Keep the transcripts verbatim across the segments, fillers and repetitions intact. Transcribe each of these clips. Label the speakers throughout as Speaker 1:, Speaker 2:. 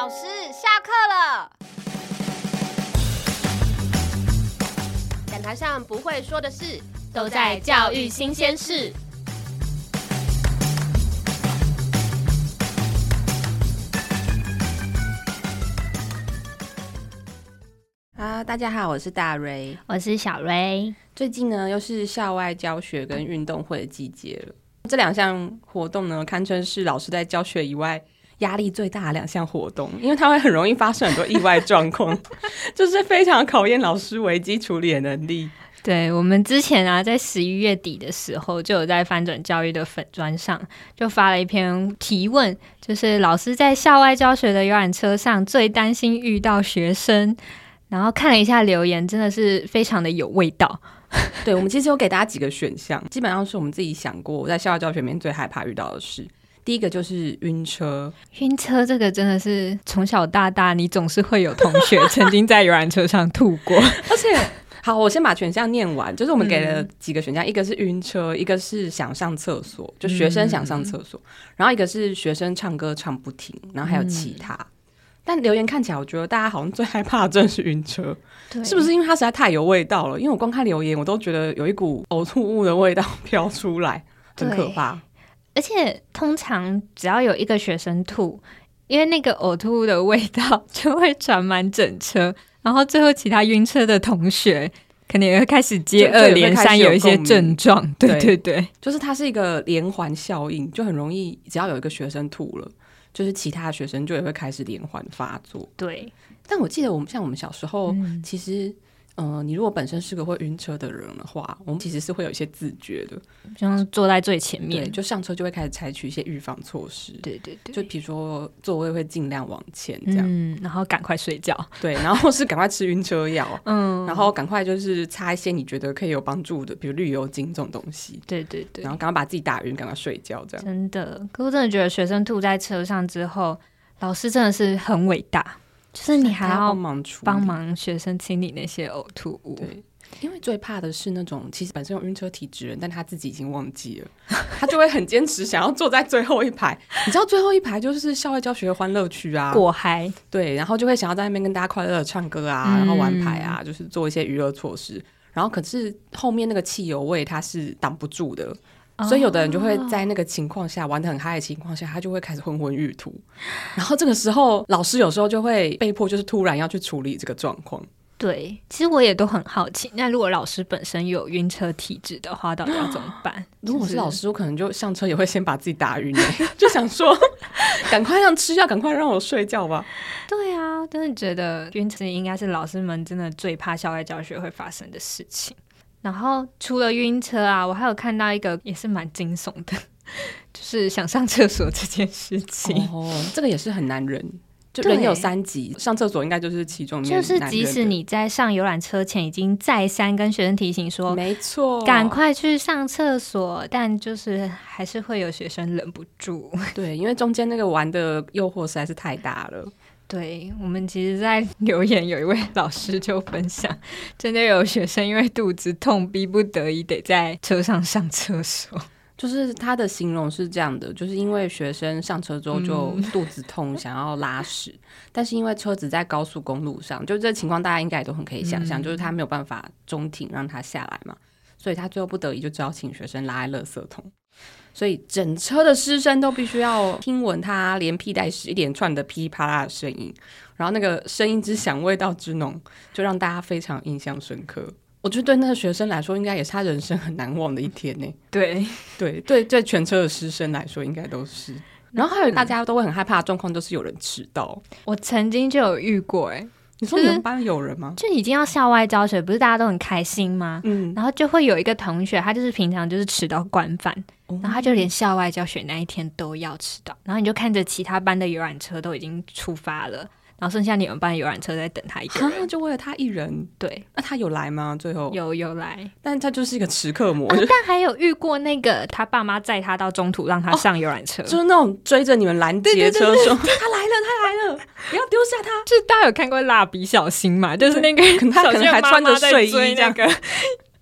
Speaker 1: 老师，下课了。讲台上不会说的事，
Speaker 2: 都在教育新鲜事。
Speaker 3: 啊，大家好，我是大瑞，
Speaker 2: 我是小瑞。
Speaker 3: 最近呢，又是校外教学跟运动会的季节了。这两项活动呢，堪称是老师在教学以外压力最大的两项活动，因为它会很容易发生很多意外状况，就是非常考验老师危机处理的能力。
Speaker 2: 对，我们之前啊，在十一月底的时候，就有在翻转教育的粉专上就发了一篇提问，就是老师在校外教学的游览车上最担心遇到学生。然后看了一下留言，真的是非常的有味道。
Speaker 3: 对，我们其实有给大家几个选项，基本上是我们自己想过我在校外教学里面最害怕遇到的事。第一个就是晕车。
Speaker 2: 晕车这个真的是从小到大你总是会有同学曾经在游览车上吐过。
Speaker 3: 而且好，我先把选项念完，就是我们给了几个选项、嗯、一个是晕车，一个是想上厕所，就学生想上厕所、嗯、然后一个是学生唱歌唱不停，然后还有其他、嗯，但留言看起来我觉得大家好像最害怕的真的是晕车，是不是因为它实在太有味道了？因为我光看留言我都觉得有一股呕吐物的味道飘出来，很可怕。
Speaker 2: 而且通常只要有一个学生吐，因为那个呕吐物的味道就会传满整车，然后最后其他晕车的同学可能也会开始接二连三有一些症状。对对对，
Speaker 3: 就是它是一个连环效应，就很容易只要有一个学生吐了，就是其他的学生就也会开始连环发作。
Speaker 2: 对，
Speaker 3: 但我记得我们像我们小时候、嗯、其实呃，你如果本身是个会晕车的人的话，我们其实是会有一些自觉的，
Speaker 2: 像坐在最前面，
Speaker 3: 对，就上车就会开始采取一些预防措施。
Speaker 2: 对对对，
Speaker 3: 就比如说座位会尽量往前这样、
Speaker 2: 嗯、然后赶快睡觉，
Speaker 3: 对，然后是赶快吃晕车药
Speaker 2: 嗯，
Speaker 3: 然后赶快就是擦一些你觉得可以有帮助的，比如绿油精这种东西。
Speaker 2: 对对对，
Speaker 3: 然后赶快把自己打晕，赶快睡觉这样。
Speaker 2: 真的，可我真的觉得学生吐在车上之后，老师真的是很伟大，就是你还要帮忙学生清理那些呕吐物。
Speaker 3: 对，因为最怕的是那种其实本身有晕车体质人，但他自己已经忘记了，他就会很坚持想要坐在最后一排。你知道最后一排就是校外教学的欢乐区啊，
Speaker 2: 果嗨。对，
Speaker 3: 然后就会想要在那边跟大家快乐的唱歌啊、嗯、然后玩牌啊，就是做一些娱乐措施。然后可是后面那个汽油味它是挡不住的，所以有的人就会在那个情况下、oh. 玩得很嗨的情况下，他就会开始昏昏欲吐，然后这个时候老师有时候就会被迫就是突然要去处理这个状况。
Speaker 2: 对，其实我也都很好奇，那如果老师本身有晕车体质的话到底要怎么办？
Speaker 3: 如果是老师我可能就上车也会先把自己打晕就想说赶快让吃药，赶快让我睡觉吧。
Speaker 2: 对啊，真的觉得晕车应该是老师们真的最怕校外教学会发生的事情。然后除了晕车啊，我还有看到一个也是蛮惊悚的，就是想上厕所这件事情。
Speaker 3: 哦，这个也是很难忍，就人有三急，上厕所应该就是其中面
Speaker 2: 就是即使你在上游览车前已经再三跟学生提醒说
Speaker 3: 没错
Speaker 2: 赶快去上厕所，但就是还是会有学生忍不住。
Speaker 3: 对，因为中间那个玩的诱惑实在是太大了。
Speaker 2: 对，我们其实在留言有一位老师就分享，真的有学生因为肚子痛逼不得已得在车上上厕所。
Speaker 3: 就是他的形容是这样的，就是因为学生上车之后就肚子痛、嗯、想要拉屎，但是因为车子在高速公路上，就这情况大家应该也都很可以想象、嗯、就是他没有办法中停让他下来嘛，所以他最后不得已就只好请学生拉在垃圾桶，所以整车的师生都必须要听闻他连屁带屎一连串的噼里啪啦的声音，然后那个声音之响味道之浓就让大家非常印象深刻。我觉得对那个学生来说应该也是他人生很难忘的一天呢。
Speaker 2: 对
Speaker 3: 对对，对全车的师生来说应该都是。然后还有大家都会很害怕的状况就是有人迟到。
Speaker 2: 我曾经就有遇过。哎，
Speaker 3: 你说你们班有人吗？
Speaker 2: 就已经要校外教学，不是大家都很开心吗？嗯，然后就会有一个同学，他就是平常就是迟到惯犯、哦、然后他就连校外教学那一天都要迟到，然后你就看着其他班的游览车都已经出发了，然后剩下你们班的游览车在等他一个人，
Speaker 3: 就为了他一人。
Speaker 2: 对，
Speaker 3: 那他有来吗？最后
Speaker 2: 有有来，
Speaker 3: 但他就是一个迟刻魔、
Speaker 2: 啊、但还有遇过那个他爸妈载他到中途让他上游览车、哦、
Speaker 3: 就是那种追着你们拦截车说他来了他来了不要丢下他。
Speaker 2: 就是大家有看过蜡笔小新嘛，就是那个
Speaker 3: 他可能还穿着睡衣这样，
Speaker 2: 那个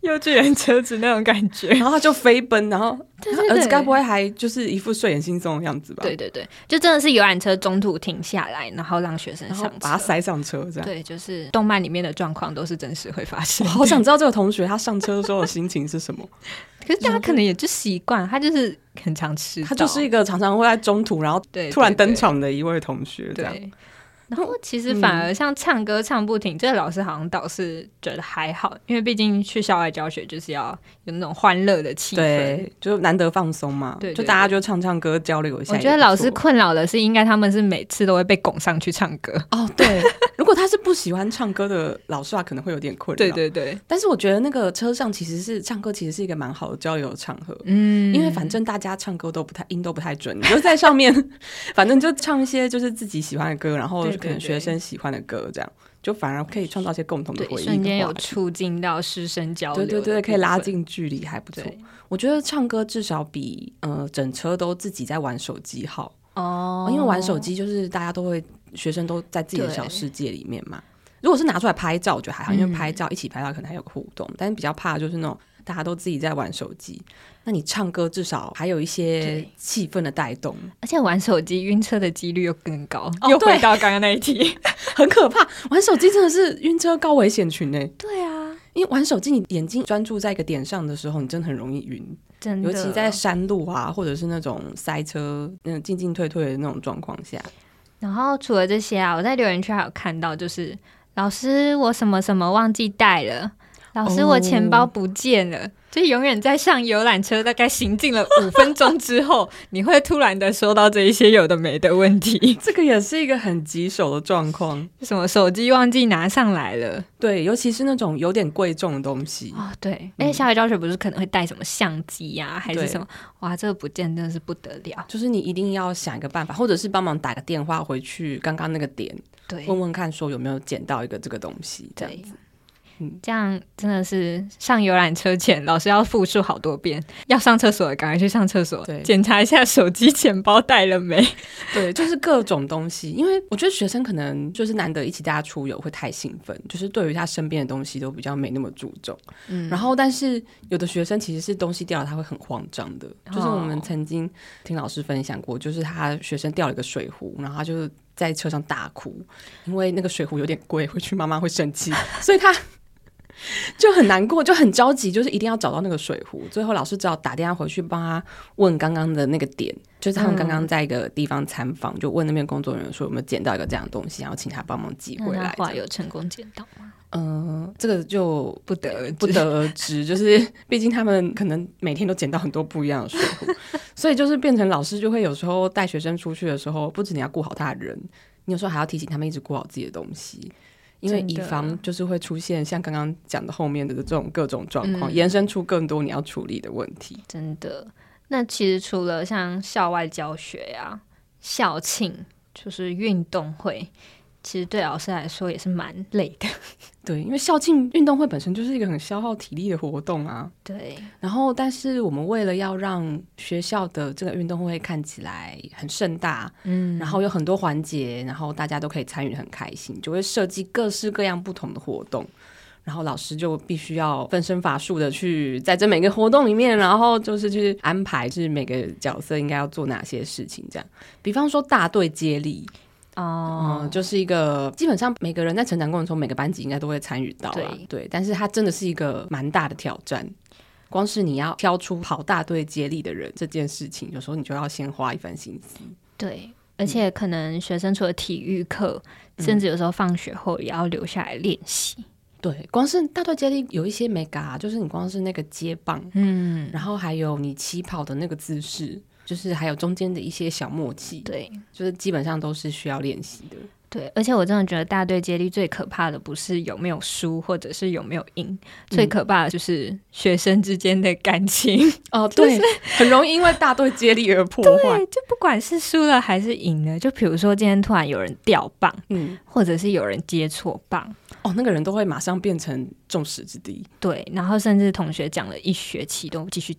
Speaker 2: 幼稚园车子那种感觉，
Speaker 3: 然后他就飞奔，然后
Speaker 2: 对对对
Speaker 3: 儿子该不会还就是一副睡眼惺忪的样子吧？
Speaker 2: 对对对，就真的是游览车中途停下来，然后让学生
Speaker 3: 然
Speaker 2: 上车，
Speaker 3: 后把他塞上车这样。
Speaker 2: 对，就是动漫里面的状况都是真实会发生
Speaker 3: 我。好想知道这个同学他上车的时候的心情是什么。
Speaker 2: 可是大家可能也就习惯，他就是很常迟到，
Speaker 3: 他就是一个常常会在中途然后
Speaker 2: 对
Speaker 3: 突然登场的一位同学这样。
Speaker 2: 对。然后其实反而像唱歌唱不停，嗯、这个老师好像倒是觉得还好，因为毕竟去校外教学就是要有那种欢乐的气氛，
Speaker 3: 对，就难得放松嘛，对对对，就大家就唱唱歌交流一下。
Speaker 2: 我觉得老师困扰的是，应该他们是每次都会被拱上去唱歌。
Speaker 3: 哦，对，如果他是不喜欢唱歌的老师啊，可能会有点困扰。
Speaker 2: 对对对，
Speaker 3: 但是我觉得那个车上其实是唱歌，其实是一个蛮好的交流的场合。
Speaker 2: 嗯，
Speaker 3: 因为反正大家唱歌都不太音都不太准，你就在上面，反正就唱一些就是自己喜欢的歌，然后可能学生喜欢的歌，这样就反而可以创造一些共同的回忆，
Speaker 2: 瞬间有促进到师生交流，
Speaker 3: 对对对，可以拉近距离，还不错。我觉得唱歌至少比呃整车都自己在玩手机好
Speaker 2: 哦，
Speaker 3: 因为玩手机就是大家都会学生都在自己的小世界里面嘛。如果是拿出来拍照，我觉得还好，因为拍照一起拍照可能还有个互动，嗯、但是比较怕就是那种大家都自己在玩手机。那你唱歌至少还有一些气氛的带动，
Speaker 2: 而且玩手机晕车的几率又更高。
Speaker 3: 哦、
Speaker 2: 又回到刚刚那一题，
Speaker 3: 很可怕。玩手机真的是晕车高危险群欸。
Speaker 2: 对啊，
Speaker 3: 因为玩手机，你眼睛专注在一个点上的时候，你真的很容易晕，
Speaker 2: 真的，
Speaker 3: 尤其在山路啊，或者是那种塞车、那种进进退退的那种状况下。
Speaker 2: 然后除了这些啊，我在留言区还有看到，就是老师我什么什么忘记带了，老师我钱包不见了。Oh.就永远在上游览车大概行进了五分钟之后你会突然的收到这一些有的没的问题，
Speaker 3: 这个也是一个很棘手的状况，
Speaker 2: 什么手机忘记拿上来了，
Speaker 3: 对，尤其是那种有点贵重的东西
Speaker 2: 哦，对，而且校外教学不是可能会带什么相机呀、啊，还是什么，哇，这个不见真的是不得了，
Speaker 3: 就是你一定要想一个办法，或者是帮忙打个电话回去刚刚那个点，
Speaker 2: 对，
Speaker 3: 问问看说有没有捡到一个这个东西，这样子。
Speaker 2: 嗯、这样真的是上游览车前老师要复述好多遍，要上厕所赶快去上厕所，检查一下手机钱包带了没，
Speaker 3: 对，就是各种东西。因为我觉得学生可能就是难得一起大家出游会太兴奋，就是对于他身边的东西都比较没那么注重、嗯、然后但是有的学生其实是东西掉了他会很慌张的、哦、就是我们曾经听老师分享过，就是他学生掉了一个水壶，然后他就在车上大哭，因为那个水壶有点贵，回去妈妈会生气，所以他就很难过，就很着急，就是一定要找到那个水壶。最后老师只好打电话回去帮他问刚刚的那个点，就是他们刚刚在一个地方参访、嗯、就问那边工作人员说有没有捡到一个这样的东西，然后请他帮忙寄回来。
Speaker 2: 那他后来有成功捡到吗？
Speaker 3: 嗯、呃，这个就
Speaker 2: 不得而知
Speaker 3: 不得而知，就是毕竟他们可能每天都捡到很多不一样的水壶，所以就是变成老师就会有时候带学生出去的时候，不止你要顾好他的人，你有时候还要提醒他们一直顾好自己的东西。因为以防就是会出现像刚刚讲的后面的这种各种状况、嗯、延伸出更多你要处理的问题。
Speaker 2: 真的，那其实除了像校外教学啊、校庆，就是运动会，其实对老师来说也是蛮累的。
Speaker 3: 对，因为校庆运动会本身就是一个很消耗体力的活动啊。
Speaker 2: 对。
Speaker 3: 然后，但是我们为了要让学校的这个运动会看起来很盛大，嗯，然后有很多环节，然后大家都可以参与得很开心，就会设计各式各样不同的活动。然后老师就必须要分身乏术的去在这每个活动里面，然后就是去安排，就是每个角色应该要做哪些事情。这样，比方说大队接力。哦、嗯，就是一个基本上每个人在成长过程中每个班级应该都会参与到啦，对对，但是它真的是一个蛮大的挑战，光是你要挑出跑大队接力的人这件事情，有时候你就要先花一番心思。
Speaker 2: 对，而且可能学生除了体育课、嗯、甚至有时候放学后也要留下来练习。
Speaker 3: 对，光是大队接力有一些美感，就是你光是那个接棒，嗯，然后还有你起跑的那个姿势，就是还有中间的一些小默契，
Speaker 2: 对，
Speaker 3: 就是基本上都是需要练习的。
Speaker 2: 对，而且我真的觉得大队接力最可怕的不是有没有输或者是有没有赢、嗯、最可怕的就是学生之间的感情
Speaker 3: 哦，对、就是、很容易因为大队接力而破坏。
Speaker 2: 对，就不管是输了还是赢了，就比如说今天突然有人掉棒，嗯，或者是有人接错棒，
Speaker 3: 哦，那个人都会马上变成众矢之的。
Speaker 2: 对，然后甚至同学讲了一学期都继续讲，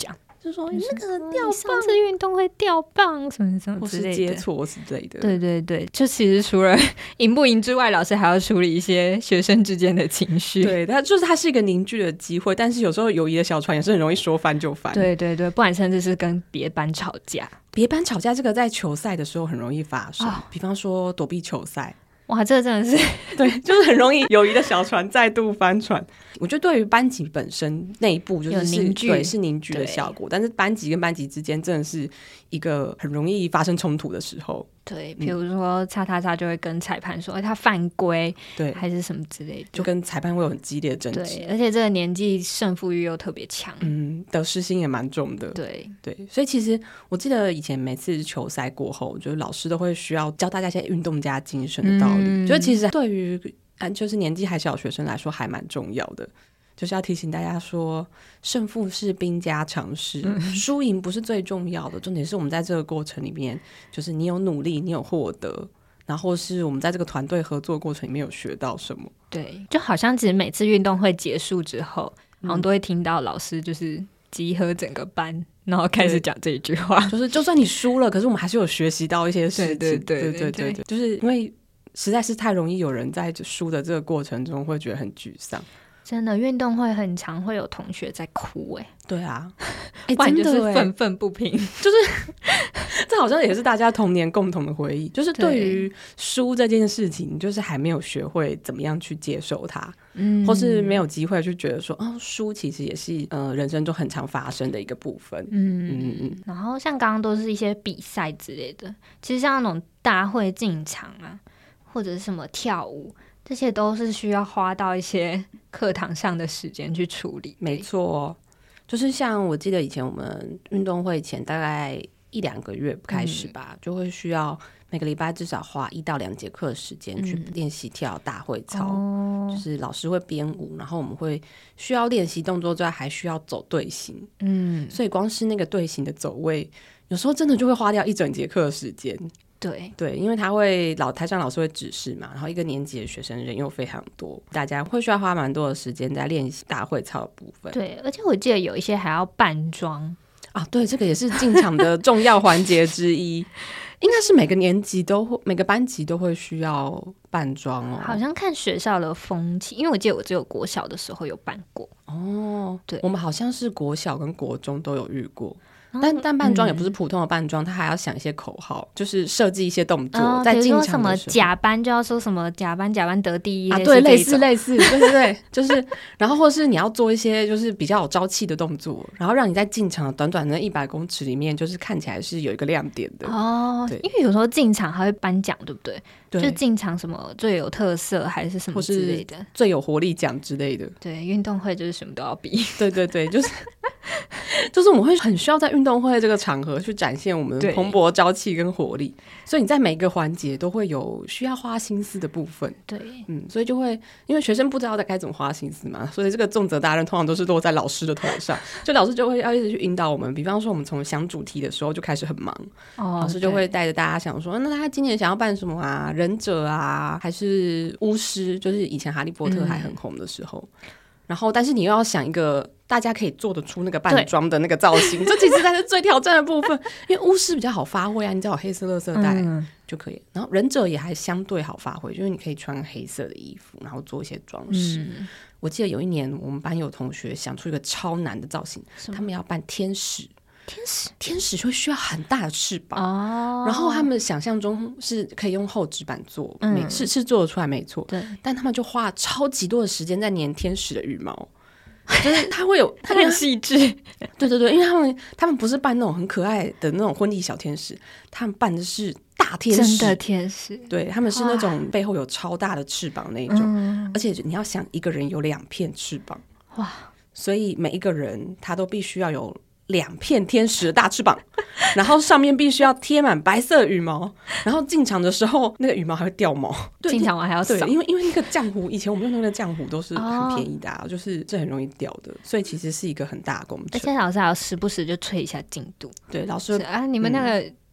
Speaker 3: 就说你那个掉棒，
Speaker 2: 上次运动会掉棒什么什么之类的，
Speaker 3: 或是接错之类的。
Speaker 2: 对对对，就其实除了赢不赢之外，老师还要处理一些学生之间的情绪。
Speaker 3: 对，它就是它是一个凝聚的机会，但是有时候友谊的小船也是很容易说翻就翻。
Speaker 2: 对对对，不然甚至是跟别班吵架。
Speaker 3: 别班吵架这个在球赛的时候很容易发生，
Speaker 2: 哦、
Speaker 3: 比方说躲避球赛。
Speaker 2: 哇，这真的是
Speaker 3: 对，就是很容易友谊的小船再度翻船。我觉得对于班级本身内部就是
Speaker 2: 是凝聚，
Speaker 3: 对，是凝聚的效果，但是班级跟班级之间真的是一个很容易发生冲突的时候。
Speaker 2: 对，比如说叉叉叉就会跟裁判说、欸、他犯规，
Speaker 3: 对，
Speaker 2: 还是什么之类的，
Speaker 3: 就跟裁判会有很激烈的争执。
Speaker 2: 对，而且这个年纪胜负欲又特别强，
Speaker 3: 嗯，得失心也蛮重的。
Speaker 2: 对
Speaker 3: 对，所以其实我记得以前每次球赛过后，就是老师都会需要教大家一些运动家精神的道理，嗯、就其实对于就是年纪还小的学生来说还蛮重要的。就是要提醒大家说，胜负是兵家常事，输赢不是最重要的，重点是我们在这个过程里面，就是你有努力，你有获得，然后是我们在这个团队合作过程里面有学到什么。
Speaker 2: 对，就好像其实每次运动会结束之后，好像都会听到老师就是集合整个班，然后开始讲这一句话，
Speaker 3: 就是就算你输了，可是我们还是有学习到一些事情。
Speaker 2: 对对对
Speaker 3: 对对对，就是因为实在是太容易有人在输的这个过程中会觉得很沮丧。
Speaker 2: 真的，运动会很常会有同学在哭。哎、欸，
Speaker 3: 对啊，哎、
Speaker 2: 欸，真的
Speaker 3: 就是
Speaker 2: 愤愤不平，
Speaker 3: 就是这好像也是大家童年共同的回忆，就是对于输这件事情，就是还没有学会怎么样去接受它，嗯，或是没有机会去觉得说，哦，输其实也是呃人生中很常发生的一个部分，嗯
Speaker 2: 嗯嗯。然后像刚刚都是一些比赛之类的，其实像那种大会进场啊，或者是什么跳舞。这些都是需要花到一些课堂上的时间去处理。
Speaker 3: 没错，就是像我记得以前我们运动会前大概一两个月开始吧、嗯、就会需要每个礼拜至少花一到两节课的时间去练习跳大会操、嗯、就是老师会编舞，然后我们会需要练习动作之外还需要走队形，嗯，所以光是那个队形的走位有时候真的就会花掉一整节课的时间。
Speaker 2: 对
Speaker 3: 对，因为他会老台上老师会指示嘛，然后一个年级的学生人又非常多，大家会需要花蛮多的时间在练习大会操的部分。
Speaker 2: 对，而且我记得有一些还要扮装
Speaker 3: 啊，对，这个也是进场的重要环节之一。应该是每个年级都会，每个班级都会需要扮装哦。
Speaker 2: 好像看学校的风气，因为我记得我只有国小的时候有扮过。
Speaker 3: 哦，对，我们好像是国小跟国中都有遇过。但但扮装也不是普通的扮装、嗯、他还要想一些口号，就是设计一些动作、哦、在进场的时候，比如说什么
Speaker 2: 甲班就要说什么甲班甲班得第一
Speaker 3: 啊，对，类似类似，对对对，就是然后或是你要做一些就是比较有朝气的动作，然后让你在进场短短的一百公尺里面就是看起来是有一个亮点的
Speaker 2: 哦。对，因为有时候进场还会颁奖，对不对？
Speaker 3: 对，
Speaker 2: 就进场什么最有特色还是什么之类的，
Speaker 3: 最有活力奖之类的。
Speaker 2: 对，运动会就是什么都要比。
Speaker 3: 对对对，就是就是我们会很需要在运动会这个场合去展现我们蓬勃朝气跟活力，所以你在每个环节都会有需要花心思的部分。
Speaker 2: 对，
Speaker 3: 嗯，所以就会因为学生不知道该怎么花心思嘛，所以这个重责大任通常都是落在老师的头上，就老师就会要一直去引导我们。比方说我们从想主题的时候就开始很忙，哦、老师就会带着大家想说，那大家今年想要办什么啊？忍者啊，还是巫师？就是以前哈利波特还很红的时候。嗯，然后但是你又要想一个大家可以做得出那个扮装的那个造型，这其实才是最挑战的部分。因为巫师比较好发挥啊，你只要有黑色垃圾袋就可以、嗯、然后忍者也还相对好发挥，就是你可以穿黑色的衣服然后做一些装饰、嗯、我记得有一年我们班有同学想出一个超难的造型，他们要扮天使。天使天使就会需要很大的翅膀、哦、然后他们想象中是可以用厚纸板做、嗯、是是做得出来没错，对，但他们就花超级多的时间在粘天使的羽毛，就是他会有他
Speaker 2: 很细致。
Speaker 3: 对对对，因为他们他们不是扮那种很可爱的那种婚礼小天使，他们扮的是大天使，
Speaker 2: 真的天使。
Speaker 3: 对，他们是那种背后有超大的翅膀那种、嗯、而且你要想一个人有两片翅膀，哇，所以每一个人他都必须要有两片天使的大翅膀，然后上面必须要贴满白色羽毛，然后进场的时候那个羽毛还会掉毛，
Speaker 2: 进场完还要扫，
Speaker 3: 对，因为因为那个浆糊以前我们用的那个浆糊都是很便宜的、啊哦、就是这很容易掉的，所以其实是一个很大的工程，
Speaker 2: 而且老师还要时不时就催一下进度。
Speaker 3: 对，老师
Speaker 2: 啊，你们那个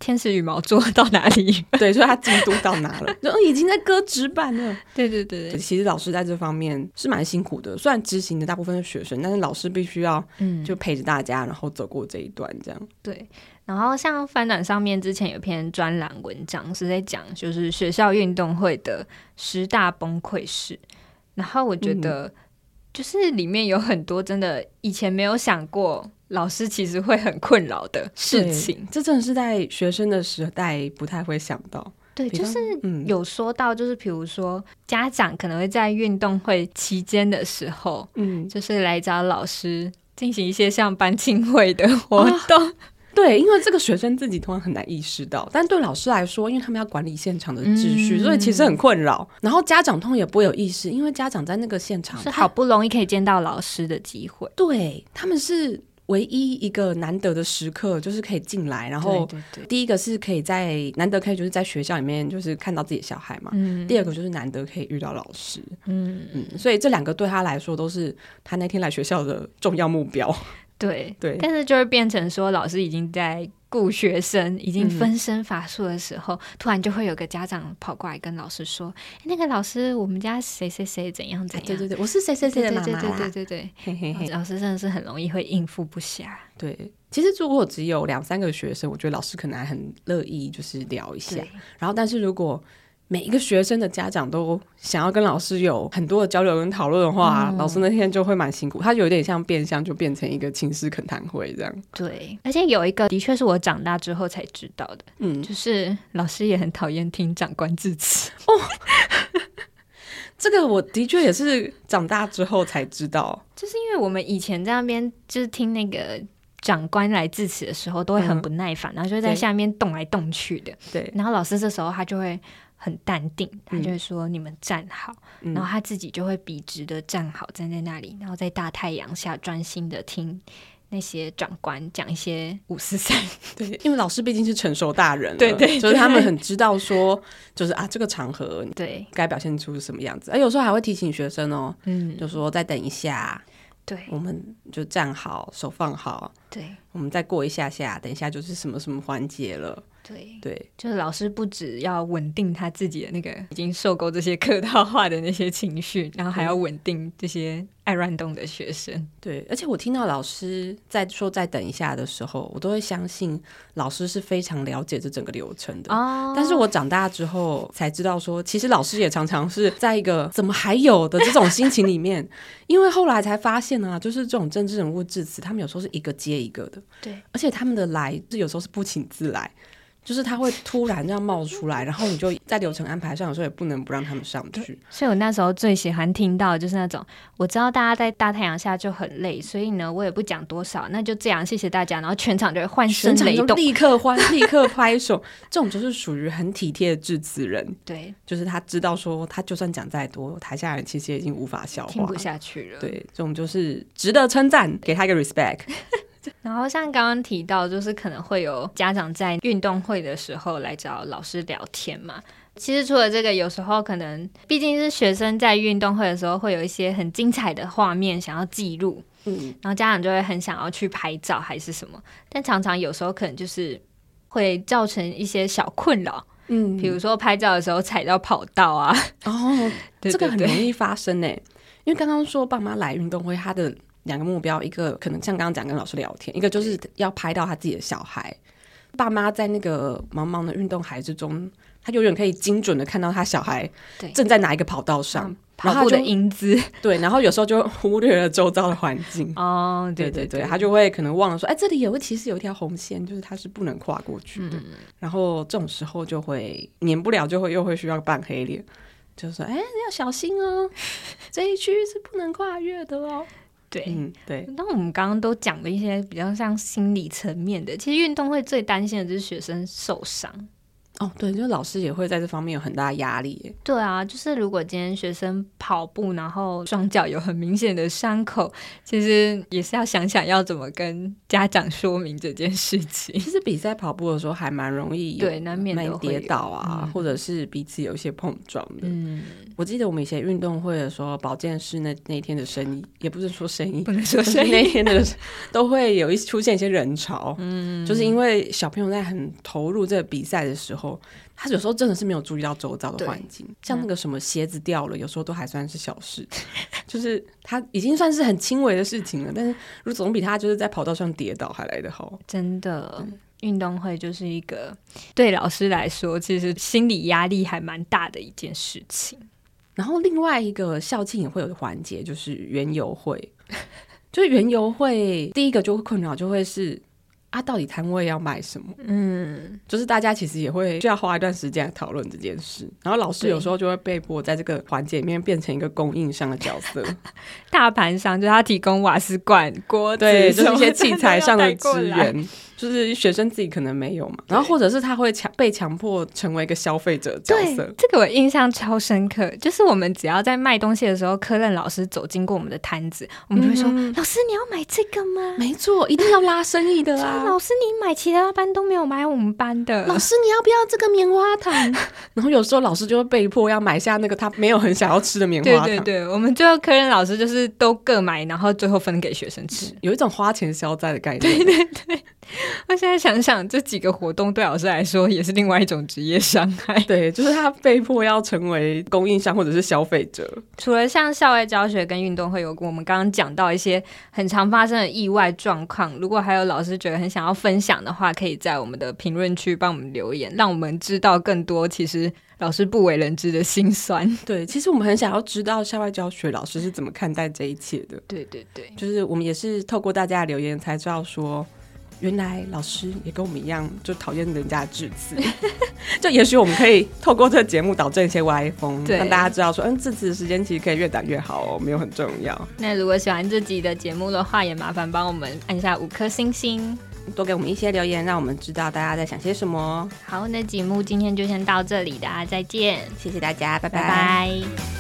Speaker 2: 天使羽毛做到哪里？
Speaker 3: 对，所以他进度到哪了？就、嗯、已经在割纸板了。
Speaker 2: 对对对对，
Speaker 3: 其实老师在这方面是蛮辛苦的，虽然执行的大部分是学生，但是老师必须要就陪着大家，然后走过这一段这样。
Speaker 2: 对，然后像翻转上面之前有篇专栏文章是在讲就是学校运动会的十大崩溃事，然后我觉得就是里面有很多真的以前没有想过老师其实会很困扰的事情，
Speaker 3: 这真的是在学生的时代不太会想到。
Speaker 2: 对，就是有说到就是比如说家长可能会在运动会期间的时候嗯，就是来找老师进行一些像班庆会的活动、啊
Speaker 3: 对，因为这个学生自己通常很难意识到，但对老师来说，因为他们要管理现场的秩序、嗯、所以其实很困扰。然后家长通常也不会有意识，因为家长在那个现场
Speaker 2: 是好不容易可以见到老师的机会，
Speaker 3: 对，他们是唯一一个难得的时刻，就是可以进来，然后第一个是可以在难得可以就是在学校里面就是看到自己的小孩嘛、嗯、第二个就是难得可以遇到老师，嗯嗯，所以这两个对他来说都是他那天来学校的重要目标。
Speaker 2: 对
Speaker 3: 对，
Speaker 2: 但是就会变成说老师已经在顾学生已经分身乏术的时候、嗯、突然就会有个家长跑过来跟老师说、欸、那个老师我们家谁谁谁怎样怎样、哎、
Speaker 3: 对对对，我是谁谁谁的妈妈啦，
Speaker 2: 对对对对对嘿嘿嘿，老师真的是很容易会应付不暇。
Speaker 3: 对，其实如果只有两三个学生，我觉得老师可能还很乐意就是聊一下，然后但是如果每一个学生的家长都想要跟老师有很多的交流跟讨论的话、嗯、老师那天就会蛮辛苦，他有点像变相就变成一个亲师恳谈会这样。
Speaker 2: 对，而且有一个的确是我长大之后才知道的，嗯，就是老师也很讨厌听长官致辞哦。
Speaker 3: 这个我的确也是长大之后才知道，
Speaker 2: 就是因为我们以前在那边就是听那个长官来致辞的时候都会很不耐烦、嗯、然后就会在下面动来动去的，对，然后老师这时候他就会很淡定，他就会说你们站好、嗯、然后他自己就会笔直的站好，站在那里，然后在大太阳下专心的听那些长官讲一些五四三。
Speaker 3: 对，因为老师毕竟是成熟大人了，
Speaker 2: 对 对, 对，
Speaker 3: 就是他们很知道说就是啊这个场合
Speaker 2: 对
Speaker 3: 该表现出什么样子，而有时候还会提醒学生哦，嗯，就说再等一下，对，我们就站好手放好，对，我们再过一下下，等一下就是什么什么环节了。
Speaker 2: 对
Speaker 3: 对，
Speaker 2: 就是老师不只要稳定他自己的那个已经受够这些客套话的那些情绪，然后还要稳定这些爱乱动的学生。
Speaker 3: 对，而且我听到老师在说再等一下的时候，我都会相信老师是非常了解这整个流程的、哦、但是我长大之后才知道说其实老师也常常是在一个怎么还有的这种心情里面因为后来才发现啊，就是这种政治人物致辞他们有时候是一个接一个的，对，而且他们的来是有时候是不请自来，就是他会突然这样冒出来，然后你就在流程安排上有时候也不能不让他们上去。
Speaker 2: 所以我那时候最喜欢听到的就是那种我知道大家在大太阳下就很累，所以呢我也不讲多少，那就这样谢谢大家，然后全场就会欢声雷动，
Speaker 3: 立刻欢立刻拍手这种就是属于很体贴的致辞人。对，就是他知道说他就算讲再多台下人其实也已经无法消化，
Speaker 2: 听不下去了。
Speaker 3: 对，这种就是值得称赞，给他一个 respect
Speaker 2: 然后像刚刚提到就是可能会有家长在运动会的时候来找老师聊天嘛，其实除了这个有时候可能毕竟是学生在运动会的时候会有一些很精彩的画面想要记录，嗯，然后家长就会很想要去拍照还是什么，但常常有时候可能就是会造成一些小困扰，嗯，比如说拍照的时候踩到跑道啊，
Speaker 3: 哦，对对对，这个很容易发生耶，因为刚刚说爸妈来运动会他的两个目标，一个可能像刚刚讲跟老师聊天，一个就是要拍到他自己的小孩。爸妈在那个茫茫的运动海之中，他永远可以精准的看到他小孩正在哪一个跑道上，嗯、
Speaker 2: 跑步的英姿，
Speaker 3: 对，然后有时候就忽略了周遭的环境。
Speaker 2: 哦，对对
Speaker 3: 对, 对, 对，他就会可能忘了说，哎，这里有其实有一条红线，就是他是不能跨过去的。嗯、然后这种时候就会免不了就会又会需要扮黑脸，就说，哎，要小心哦，这一区是不能跨越的哦。
Speaker 2: 对、嗯、对，那我们刚刚都讲了一些比较像心理层面的，其实运动会最担心的就是学生受伤。
Speaker 3: 哦，对，就是老师也会在这方面有很大压力耶。
Speaker 2: 对啊，就是如果今天学生跑跑步，然后双脚有很明显的伤口，其实也是要想想要怎么跟家长说明这件事情。
Speaker 3: 其实比赛跑步的时候还蛮容易，
Speaker 2: 对，难免都会
Speaker 3: 跌倒啊、
Speaker 2: 嗯，
Speaker 3: 或者是彼此有一些碰撞的。
Speaker 2: 嗯，
Speaker 3: 我记得我们以前运动会的时候，保健室那那一天的生意，也不是说生意，
Speaker 2: 不能说生意，
Speaker 3: 那天的都会有一出现一些人潮，嗯，就是因为小朋友在很投入这个比赛的时候，他有时候真的是没有注意到周遭的环境，像那个什么鞋子掉了，有时候都还算是小事，就是他已经算是很轻微的事情了，但是如总比他就是在跑道上跌倒还来得好。
Speaker 2: 真的，运动会就是一个对老师来说，其实心理压力还蛮大的一件事情。
Speaker 3: 然后另外一个校庆也会有的环节就是园游会，就是园游会第一个就会困扰就会是啊，到底摊位要卖什么？嗯，就是大家其实也会需要花一段时间来讨论这件事，然后老师有时候就会被迫在这个环节里面变成一个供应商的角色，
Speaker 2: 大盘商就是他提供瓦斯罐、锅子，
Speaker 3: 对，就是一些器材上的支援。就是学生自己可能没有嘛，然后或者是他会强被强迫成为一个消费者角色。
Speaker 2: 对，这个我印象超深刻，就是我们只要在卖东西的时候，科任老师走经过我们的摊子，我们就会说、嗯、老师你要买这个吗？
Speaker 3: 没错，一定要拉生意的啊。
Speaker 2: 老师你买其他班都没有买我们班的，
Speaker 3: 老师你要不要这个棉花糖？然后有时候老师就会被迫要买下那个他没有很想要吃的棉花糖。
Speaker 2: 对对对，我们最后科任老师就是都各买，然后最后分给学生吃，
Speaker 3: 有一种花钱消灾的概念。
Speaker 2: 对对对，我现在想想这几个活动对老师来说也是另外一种职业伤害。
Speaker 3: 对，就是他被迫要成为供应商或者是消费者。
Speaker 2: 除了像校外教学跟运动会有我们刚刚讲到一些很常发生的意外状况，如果还有老师觉得很想要分享的话，可以在我们的评论区帮我们留言，让我们知道更多其实老师不为人知的辛酸。
Speaker 3: 对，其实我们很想要知道校外教学老师是怎么看待这一切的。
Speaker 2: 对对对，
Speaker 3: 就是我们也是透过大家的留言才知道说原来老师也跟我们一样就讨厌人家的致辞就也许我们可以透过这个节目导正一些歪风，让大家知道说嗯，致辞的时间其实可以越短越好哦，没有很重要。
Speaker 2: 那如果喜欢这集的节目的话，也麻烦帮我们按下五颗星星，
Speaker 3: 多给我们一些留言，让我们知道大家在想些什么。
Speaker 2: 好，那节目今天就先到这里，大家再见，
Speaker 3: 谢谢大家，拜拜。
Speaker 2: 拜拜。